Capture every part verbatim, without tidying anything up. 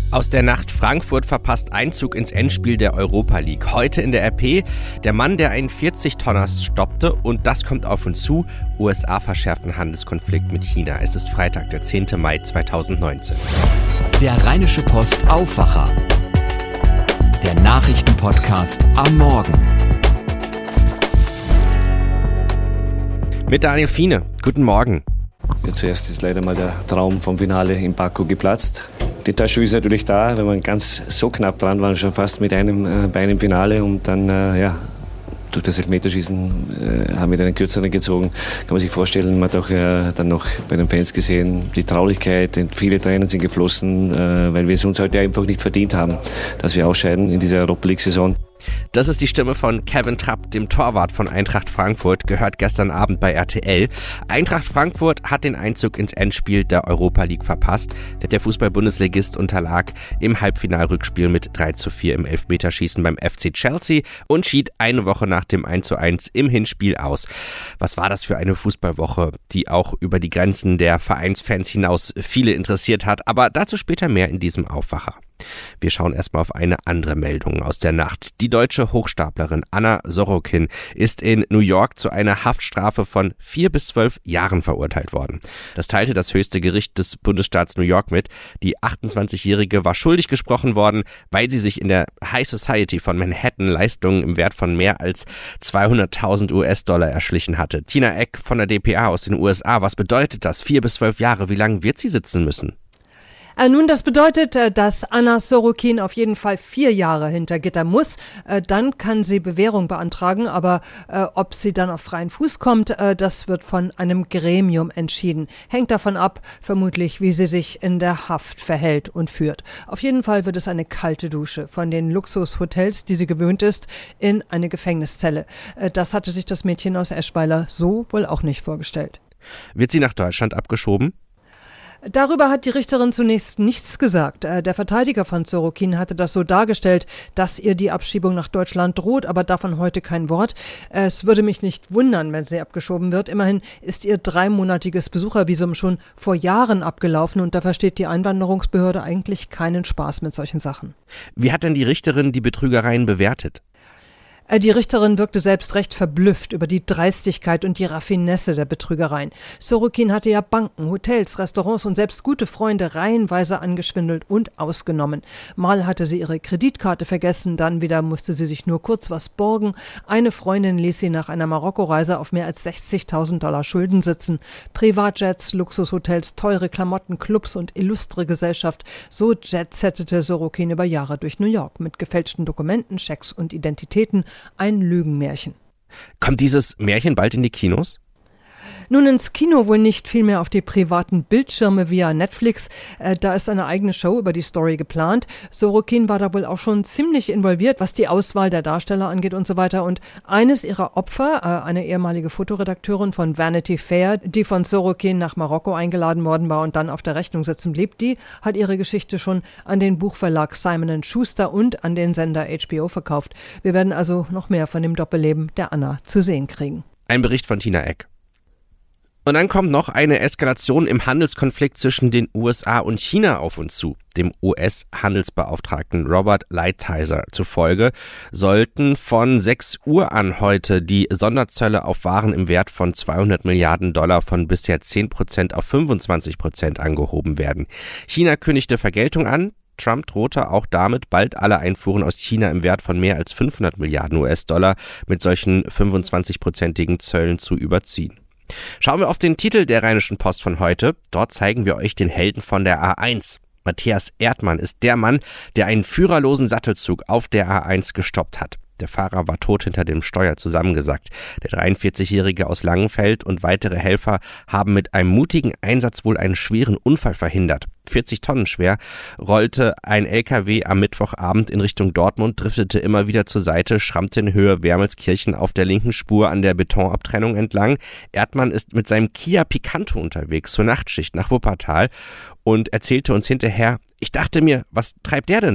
Aus der Nacht: Frankfurt verpasst Einzug ins Endspiel der Europa League. Heute in der R P: der Mann, der einen vierzig-Tonner stoppte, und das kommt auf uns zu. U S A verschärfen Handelskonflikt mit China. Es ist Freitag, der zehnten Mai zweitausendneunzehn. Der Rheinische Post Aufwacher. Der Nachrichtenpodcast am Morgen. Mit Daniel Fiene. Guten Morgen. Ja, zuerst ist leider mal der Traum vom Finale in Baku geplatzt. Die Enttäuschung ist natürlich da, wenn man ganz so knapp dran war, schon fast mit einem äh, Bein im Finale, und dann äh, ja, durch das Elfmeterschießen äh, haben wir einen kürzeren gezogen. Kann man sich vorstellen, man hat auch äh, dann noch bei den Fans gesehen, die Traurigkeit, viele Tränen sind geflossen, äh, weil wir es uns heute einfach nicht verdient haben, dass wir ausscheiden in dieser Europa League-Saison. Das ist die Stimme von Kevin Trapp, dem Torwart von Eintracht Frankfurt, gehört gestern Abend bei R T L. Eintracht Frankfurt hat den Einzug ins Endspiel der Europa League verpasst. Der Fußball-Bundesligist unterlag im Halbfinalrückspiel mit drei zu vier im Elfmeterschießen beim F C Chelsea und schied eine Woche nach dem eins zu eins im Hinspiel aus. Was war das für eine Fußballwoche, die auch über die Grenzen der Vereinsfans hinaus viele interessiert hat, aber dazu später mehr in diesem Aufwacher. Wir schauen erstmal auf eine andere Meldung aus der Nacht. Die deutsche Hochstaplerin Anna Sorokin ist in New York zu einer Haftstrafe von vier bis zwölf Jahren verurteilt worden. Das teilte das höchste Gericht des Bundesstaats New York mit. Die achtundzwanzigjährige war schuldig gesprochen worden, weil sie sich in der High Society von Manhattan Leistungen im Wert von mehr als zweihunderttausend U S-Dollar erschlichen hatte. Tina Eck von der D P A aus den U S A. Was bedeutet das? Vier bis zwölf Jahre. Wie lange wird sie sitzen müssen? Nun, das bedeutet, dass Anna Sorokin auf jeden Fall vier Jahre hinter Gitter muss. Dann kann sie Bewährung beantragen, aber äh, ob sie dann auf freien Fuß kommt, äh, das wird von einem Gremium entschieden. Hängt davon ab, vermutlich, wie sie sich in der Haft verhält und führt. Auf jeden Fall wird es eine kalte Dusche von den Luxushotels, die sie gewöhnt ist, in eine Gefängniszelle. Äh, das hatte sich das Mädchen aus Eschweiler so wohl auch nicht vorgestellt. Wird sie nach Deutschland abgeschoben? Darüber hat die Richterin zunächst nichts gesagt. Der Verteidiger von Sorokin hatte das so dargestellt, dass ihr die Abschiebung nach Deutschland droht, aber davon heute kein Wort. Es würde mich nicht wundern, wenn sie abgeschoben wird. Immerhin ist ihr dreimonatiges Besuchervisum schon vor Jahren abgelaufen, und da versteht die Einwanderungsbehörde eigentlich keinen Spaß mit solchen Sachen. Wie hat denn die Richterin die Betrügereien bewertet? Die Richterin wirkte selbst recht verblüfft über die Dreistigkeit und die Raffinesse der Betrügereien. Sorokin hatte ja Banken, Hotels, Restaurants und selbst gute Freunde reihenweise angeschwindelt und ausgenommen. Mal hatte sie ihre Kreditkarte vergessen, dann wieder musste sie sich nur kurz was borgen. Eine Freundin ließ sie nach einer Marokko-Reise auf mehr als sechzigtausend Dollar Schulden sitzen. Privatjets, Luxushotels, teure Klamotten, Clubs und illustre Gesellschaft. So jetsettete Sorokin über Jahre durch New York mit gefälschten Dokumenten, Schecks und Identitäten. Ein Lügenmärchen. Kommt dieses Märchen bald in die Kinos? Nun, ins Kino wohl nicht, vielmehr auf die privaten Bildschirme via Netflix. Äh, da ist eine eigene Show über die Story geplant. Sorokin war da wohl auch schon ziemlich involviert, was die Auswahl der Darsteller angeht und so weiter. Und eines ihrer Opfer, äh, eine ehemalige Fotoredakteurin von Vanity Fair, die von Sorokin nach Marokko eingeladen worden war und dann auf der Rechnung sitzen blieb, die hat ihre Geschichte schon an den Buchverlag Simon and Schuster und an den Sender H B O verkauft. Wir werden also noch mehr von dem Doppelleben der Anna zu sehen kriegen. Ein Bericht von Tina Eck. Und dann kommt noch eine Eskalation im Handelskonflikt zwischen den U S A und China auf uns zu. Dem U S-Handelsbeauftragten Robert Lighthizer zufolge sollten von sechs Uhr an heute die Sonderzölle auf Waren im Wert von zweihundert Milliarden Dollar von bisher zehn Prozent auf fünfundzwanzig Prozent angehoben werden. China kündigte Vergeltung an. Trump drohte auch damit, bald alle Einfuhren aus China im Wert von mehr als fünfhundert Milliarden U S-Dollar mit solchen fünfundzwanzig-prozentigen Zöllen zu überziehen. Schauen wir auf den Titel der Rheinischen Post von heute. Dort zeigen wir euch den Helden von der A eins. Matthias Erdmann ist der Mann, der einen führerlosen Sattelzug auf der A eins gestoppt hat. Der Fahrer war tot hinter dem Steuer zusammengesackt. Der dreiundvierzigjährige aus Langenfeld und weitere Helfer haben mit einem mutigen Einsatz wohl einen schweren Unfall verhindert. vierzig Tonnen schwer rollte ein L K W am Mittwochabend in Richtung Dortmund, driftete immer wieder zur Seite, schrammte in Höhe Wermelskirchen auf der linken Spur an der Betonabtrennung entlang. Erdmann ist mit seinem Kia Picanto unterwegs zur Nachtschicht nach Wuppertal und erzählte uns hinterher: Ich dachte mir, was treibt der denn da?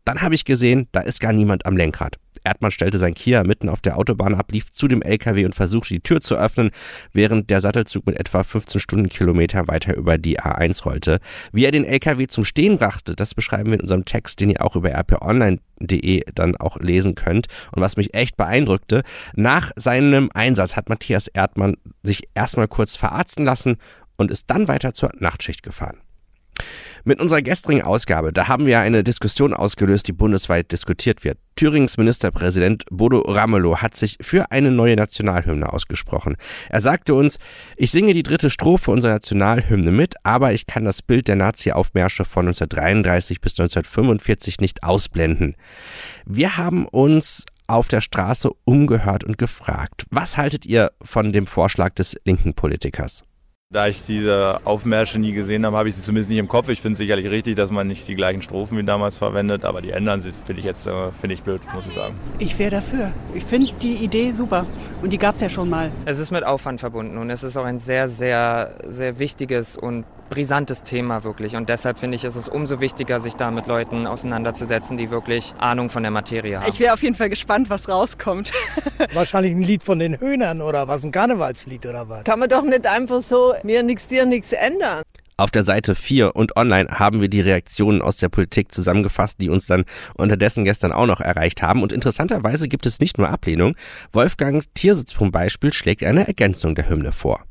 Dann habe ich gesehen, da ist gar niemand am Lenkrad. Erdmann stellte sein Kia mitten auf der Autobahn ab, lief zu dem L K W und versuchte die Tür zu öffnen, während der Sattelzug mit etwa fünfzehn Stundenkilometer weiter über die A eins rollte. Wie er den L K W zum Stehen brachte, das beschreiben wir in unserem Text, den ihr auch über r p online punkt d e dann auch lesen könnt. Und was mich echt beeindruckte, nach seinem Einsatz hat Matthias Erdmann sich erstmal kurz verarzten lassen und ist dann weiter zur Nachtschicht gefahren. Mit unserer gestrigen Ausgabe, da haben wir eine Diskussion ausgelöst, die bundesweit diskutiert wird. Thüringens Ministerpräsident Bodo Ramelow hat sich für eine neue Nationalhymne ausgesprochen. Er sagte uns, ich singe die dritte Strophe unserer Nationalhymne mit, aber ich kann das Bild der Nazi-Aufmärsche von neunzehnhundertdreiunddreißig bis neunzehnhundertfünfundvierzig nicht ausblenden. Wir haben uns auf der Straße umgehört und gefragt, was haltet ihr von dem Vorschlag des linken Politikers? Da ich diese Aufmärsche nie gesehen habe, habe ich sie zumindest nicht im Kopf. Ich finde es sicherlich richtig, dass man nicht die gleichen Strophen wie damals verwendet, aber die ändern sie, finde ich jetzt äh, finde ich blöd, muss ich sagen. Ich wäre dafür. Ich finde die Idee super und die gab es ja schon mal. Es ist mit Aufwand verbunden und es ist auch ein sehr, sehr, sehr wichtiges und brisantes Thema wirklich und deshalb finde ich, ist es umso wichtiger, sich da mit Leuten auseinanderzusetzen, die wirklich Ahnung von der Materie haben. Ich wäre auf jeden Fall gespannt, was rauskommt. Wahrscheinlich ein Lied von den Höhnern oder was, ein Karnevalslied oder was? Kann man doch nicht einfach so mir nix, dir nix ändern. Auf der Seite vier und online haben wir die Reaktionen aus der Politik zusammengefasst, die uns dann unterdessen gestern auch noch erreicht haben. Und interessanterweise gibt es nicht nur Ablehnung. Wolfgang Thiersitz zum Beispiel schlägt eine Ergänzung der Hymne vor.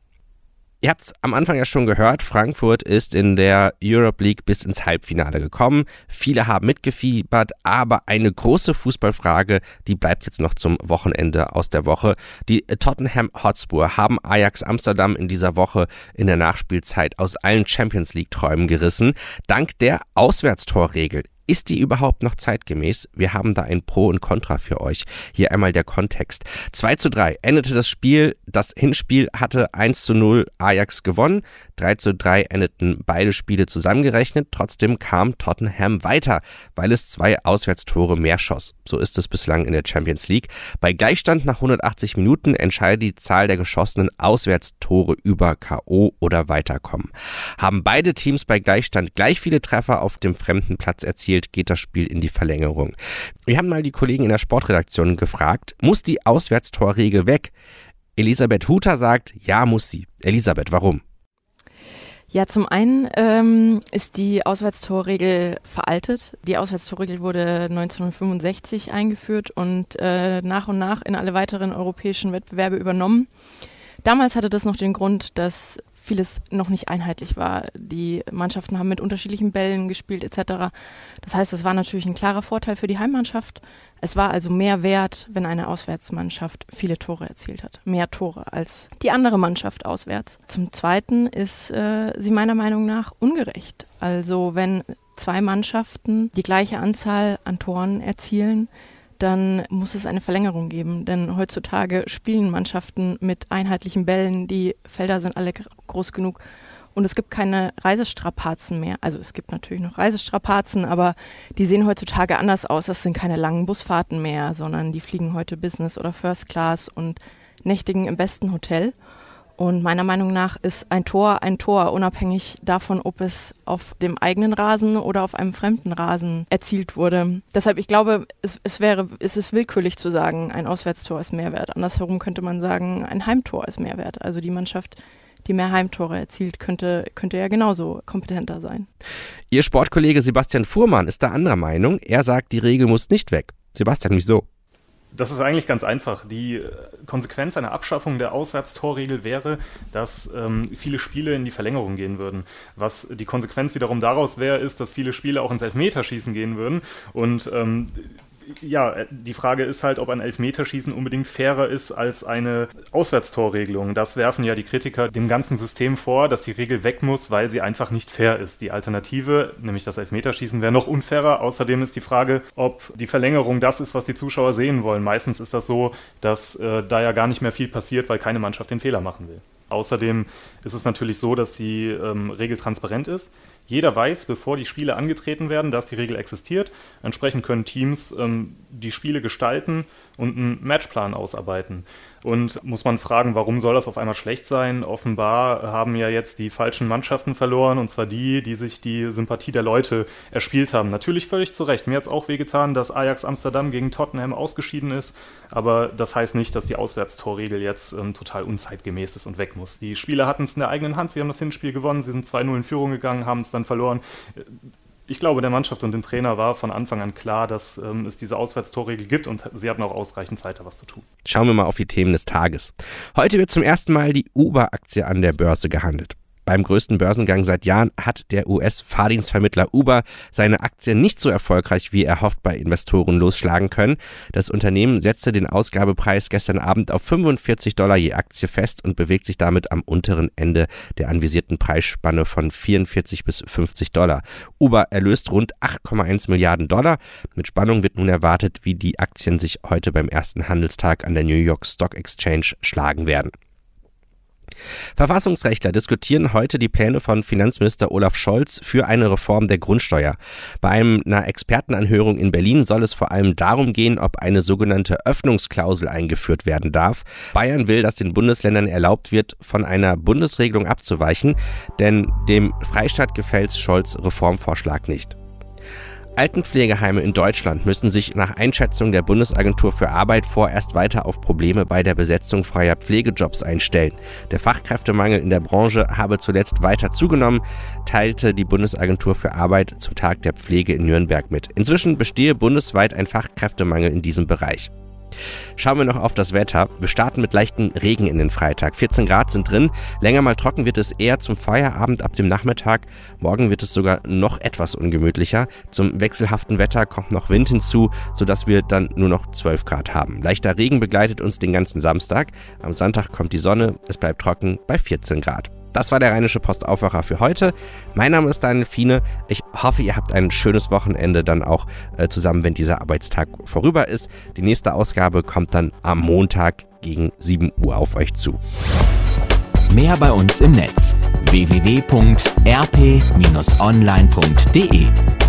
Ihr habt es am Anfang ja schon gehört, Frankfurt ist in der Europe League bis ins Halbfinale gekommen. Viele haben mitgefiebert, aber eine große Fußballfrage, die bleibt jetzt noch zum Wochenende aus der Woche. Die Tottenham Hotspur haben Ajax Amsterdam in dieser Woche in der Nachspielzeit aus allen Champions League-Träumen gerissen. Dank der Auswärtstorregel. Ist die überhaupt noch zeitgemäß? Wir haben da ein Pro und Contra für euch. Hier einmal der Kontext. zwei zu drei endete das Spiel. Das Hinspiel hatte eins zu null Ajax gewonnen. drei zu drei endeten beide Spiele zusammengerechnet. Trotzdem kam Tottenham weiter, weil es zwei Auswärtstore mehr schoss. So ist es bislang in der Champions League. Bei Gleichstand nach hundertachtzig Minuten entscheidet die Zahl der geschossenen Auswärtstore über K O oder Weiterkommen. Haben beide Teams bei Gleichstand gleich viele Treffer auf dem fremden Platz erzielt, geht das Spiel in die Verlängerung. Wir haben mal die Kollegen in der Sportredaktion gefragt, muss die Auswärtstorregel weg? Elisabeth Huter sagt, ja, muss sie. Elisabeth, warum? Ja, zum einen ähm, ist die Auswärtstorregel veraltet. Die Auswärtstorregel wurde neunzehnhundertfünfundsechzig eingeführt und äh, nach und nach in alle weiteren europäischen Wettbewerbe übernommen. Damals hatte das noch den Grund, dass vieles noch nicht einheitlich war. Die Mannschaften haben mit unterschiedlichen Bällen gespielt et cetera. Das heißt, es war natürlich ein klarer Vorteil für die Heimmannschaft. Es war also mehr wert, wenn eine Auswärtsmannschaft viele Tore erzielt hat. Mehr Tore als die andere Mannschaft auswärts. Zum Zweiten ist äh, sie meiner Meinung nach ungerecht. Also wenn zwei Mannschaften die gleiche Anzahl an Toren erzielen, dann muss es eine Verlängerung geben. Denn heutzutage spielen Mannschaften mit einheitlichen Bällen, die Felder sind alle groß genug und es gibt keine Reisestrapazen mehr. Also es gibt natürlich noch Reisestrapazen, aber die sehen heutzutage anders aus. Das sind keine langen Busfahrten mehr, sondern die fliegen heute Business oder First Class und nächtigen im besten Hotel. Und meiner Meinung nach ist ein Tor ein Tor, unabhängig davon, ob es auf dem eigenen Rasen oder auf einem fremden Rasen erzielt wurde. Deshalb, ich glaube, es, es wäre, es ist willkürlich zu sagen, ein Auswärtstor ist mehr wert. Andersherum könnte man sagen, ein Heimtor ist mehr wert. Also die Mannschaft, die mehr Heimtore erzielt, könnte, könnte ja genauso kompetenter sein. Ihr Sportkollege Sebastian Fuhrmann ist da anderer Meinung. Er sagt, die Regel muss nicht weg. Sebastian, wieso? Das ist eigentlich ganz einfach. Die Konsequenz einer Abschaffung der Auswärtstorregel wäre, dass ähm, viele Spiele in die Verlängerung gehen würden. Was die Konsequenz wiederum daraus wäre, ist, dass viele Spiele auch ins Elfmeterschießen gehen würden. Und ähm, ja, die Frage ist halt, ob ein Elfmeterschießen unbedingt fairer ist als eine Auswärtstorregelung. Das werfen ja die Kritiker dem ganzen System vor, dass die Regel weg muss, weil sie einfach nicht fair ist. Die Alternative, nämlich das Elfmeterschießen, wäre noch unfairer. Außerdem ist die Frage, ob die Verlängerung das ist, was die Zuschauer sehen wollen. Meistens ist das so, dass äh, da ja gar nicht mehr viel passiert, weil keine Mannschaft den Fehler machen will. Außerdem ist es natürlich so, dass die ähm, Regel transparent ist. Jeder weiß, bevor die Spiele angetreten werden, dass die Regel existiert. Entsprechend können Teams ähm, die Spiele gestalten und einen Matchplan ausarbeiten. Und muss man fragen, warum soll das auf einmal schlecht sein? Offenbar haben ja jetzt die falschen Mannschaften verloren, und zwar die, die sich die Sympathie der Leute erspielt haben. Natürlich völlig zu Recht. Mir hat es auch wehgetan, dass Ajax Amsterdam gegen Tottenham ausgeschieden ist, aber das heißt nicht, dass die Auswärtstorregel jetzt ähm, total unzeitgemäß ist und weg muss. Die Spieler hatten es in der eigenen Hand, sie haben das Hinspiel gewonnen, sie sind zwei null in Führung gegangen, haben es dann verloren. Ich glaube, der Mannschaft und dem Trainer war von Anfang an klar, dass ähm, es diese Auswärtstorregel gibt, und sie hatten auch ausreichend Zeit, da was zu tun. Schauen wir mal auf die Themen des Tages. Heute wird zum ersten Mal die Uber-Aktie an der Börse gehandelt. Beim größten Börsengang seit Jahren hat der U S-Fahrdienstvermittler Uber seine Aktien nicht so erfolgreich wie erhofft bei Investoren losschlagen können. Das Unternehmen setzte den Ausgabepreis gestern Abend auf fünfundvierzig Dollar je Aktie fest und bewegt sich damit am unteren Ende der anvisierten Preisspanne von vierundvierzig bis fünfzig Dollar. Uber erlöst rund acht Komma eins Milliarden Dollar. Mit Spannung wird nun erwartet, wie die Aktien sich heute beim ersten Handelstag an der New York Stock Exchange schlagen werden. Verfassungsrechtler diskutieren heute die Pläne von Finanzminister Olaf Scholz für eine Reform der Grundsteuer. Bei einer Expertenanhörung in Berlin soll es vor allem darum gehen, ob eine sogenannte Öffnungsklausel eingeführt werden darf. Bayern will, dass den Bundesländern erlaubt wird, von einer Bundesregelung abzuweichen, denn dem Freistaat gefällt Scholz' Reformvorschlag nicht. Altenpflegeheime in Deutschland müssen sich nach Einschätzung der Bundesagentur für Arbeit vorerst weiter auf Probleme bei der Besetzung freier Pflegejobs einstellen. Der Fachkräftemangel in der Branche habe zuletzt weiter zugenommen, teilte die Bundesagentur für Arbeit zum Tag der Pflege in Nürnberg mit. Inzwischen bestehe bundesweit ein Fachkräftemangel in diesem Bereich. Schauen wir noch auf das Wetter. Wir starten mit leichten Regen in den Freitag. vierzehn Grad sind drin. Länger mal trocken wird es eher zum Feierabend ab dem Nachmittag. Morgen wird es sogar noch etwas ungemütlicher. Zum wechselhaften Wetter kommt noch Wind hinzu, sodass wir dann nur noch zwölf Grad haben. Leichter Regen begleitet uns den ganzen Samstag. Am Sonntag kommt die Sonne. Es bleibt trocken bei vierzehn Grad. Das war der Rheinische Post Aufwacher für heute. Mein Name ist Daniel Fiene. Ich hoffe, ihr habt ein schönes Wochenende dann auch äh, zusammen, wenn dieser Arbeitstag vorüber ist. Die nächste Ausgabe kommt dann am Montag gegen sieben Uhr auf euch zu. Mehr bei uns im Netz: w w w punkt r p Bindestrich online punkt d e